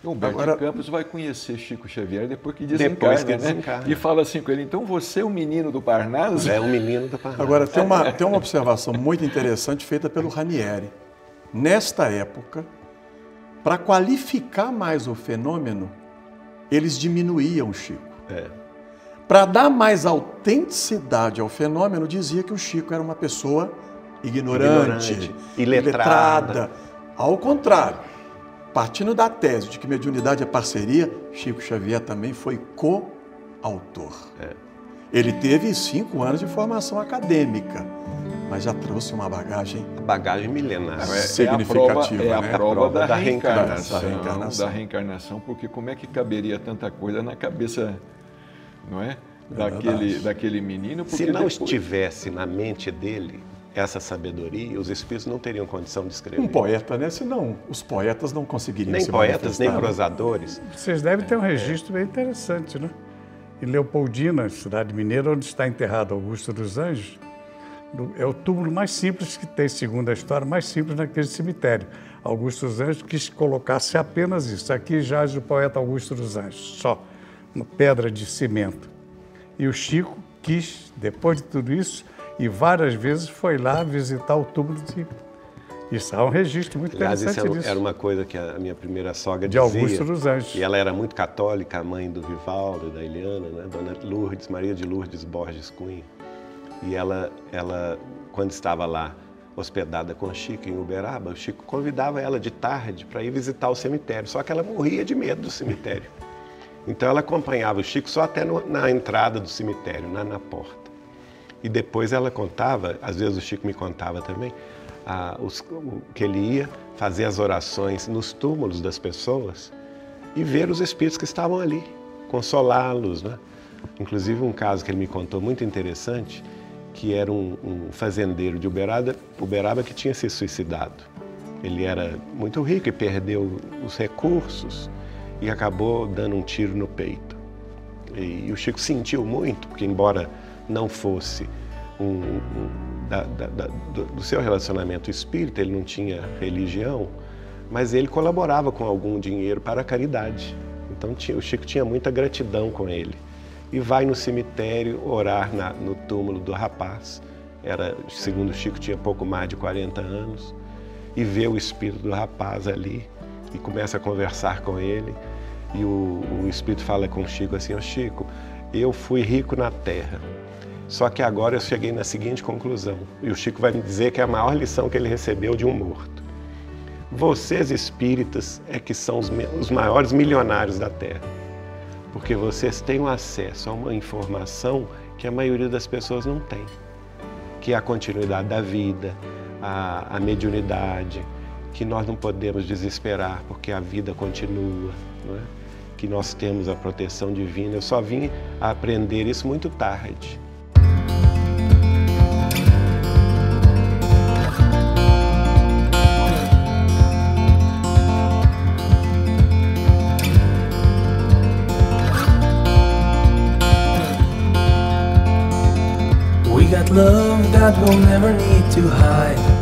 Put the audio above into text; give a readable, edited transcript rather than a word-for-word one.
Então, Humberto de Campos vai conhecer Chico Xavier depois que desencarna, né? E fala assim com ele, então você é o menino do Parnaso? É o menino do Parnaso. Agora, tem uma observação muito interessante feita pelo Ranieri. Nesta época, para qualificar mais o fenômeno, eles diminuíam o Chico. Para dar mais autenticidade ao fenômeno, dizia que o Chico era uma pessoa ignorante, iletrada. Ao contrário, partindo da tese de que mediunidade é parceria, Chico Xavier também foi coautor. Ele teve 5 anos de formação acadêmica, mas já trouxe uma bagagem milenar. Significativa. É a prova da reencarnação. Da reencarnação, porque como é que caberia tanta coisa na cabeça, não é? Daquele menino? Se não estivesse na mente dele essa sabedoria, os espíritos não teriam condição de escrever. Um poeta, né? Senão os poetas não conseguiriam nem se poetas, nem manifestar. prosadores. Vocês devem ter um registro bem interessante, né? Em Leopoldina, cidade mineira, onde está enterrado Augusto dos Anjos, é o túmulo mais simples que tem, segundo a história, mais simples naquele cemitério. Augusto dos Anjos quis colocar-se apenas isso. Aqui jaz o poeta Augusto dos Anjos, só uma pedra de cimento. E o Chico quis, depois de tudo isso, e várias vezes foi lá visitar o túmulo de... Isso é um registro muito interessante disso. Aliás, era uma coisa que a minha primeira sogra dizia. De Augusto dos Anjos. E ela era muito católica, a mãe do Vivaldo, da Eliana, né? Dona Lourdes, Maria de Lourdes Borges Cunha. E ela, quando estava lá hospedada com o Chico em Uberaba, o Chico convidava ela de tarde para ir visitar o cemitério, só que ela morria de medo do cemitério. Então ela acompanhava o Chico só até na entrada do cemitério, na porta. E depois ela contava, às vezes o Chico me contava também, que ele ia fazer as orações nos túmulos das pessoas e ver os espíritos que estavam ali, consolá-los, né? Inclusive um caso que ele me contou muito interessante, que era um fazendeiro de Uberaba que tinha se suicidado. Ele era muito rico e perdeu os recursos e acabou dando um tiro no peito. E o Chico sentiu muito, porque embora não fosse do seu relacionamento espírita, ele não tinha religião, mas ele colaborava com algum dinheiro para a caridade. Então o Chico tinha muita gratidão com ele. E vai no cemitério orar no túmulo do rapaz. Segundo o Chico, tinha pouco mais de 40 anos. E vê o espírito do rapaz ali e começa a conversar com ele. E o espírito fala com o Chico assim, ô Chico, eu fui rico na terra, só que agora eu cheguei na seguinte conclusão. E o Chico vai me dizer que é a maior lição que ele recebeu de um morto. Vocês espíritas é que são os maiores milionários da terra. Porque vocês têm acesso a uma informação que a maioria das pessoas não tem, que é a continuidade da vida, a mediunidade, que nós não podemos desesperar porque a vida continua, não é? Que nós temos a proteção divina. Eu só vim a aprender isso muito tarde. Love that we'll never need to hide.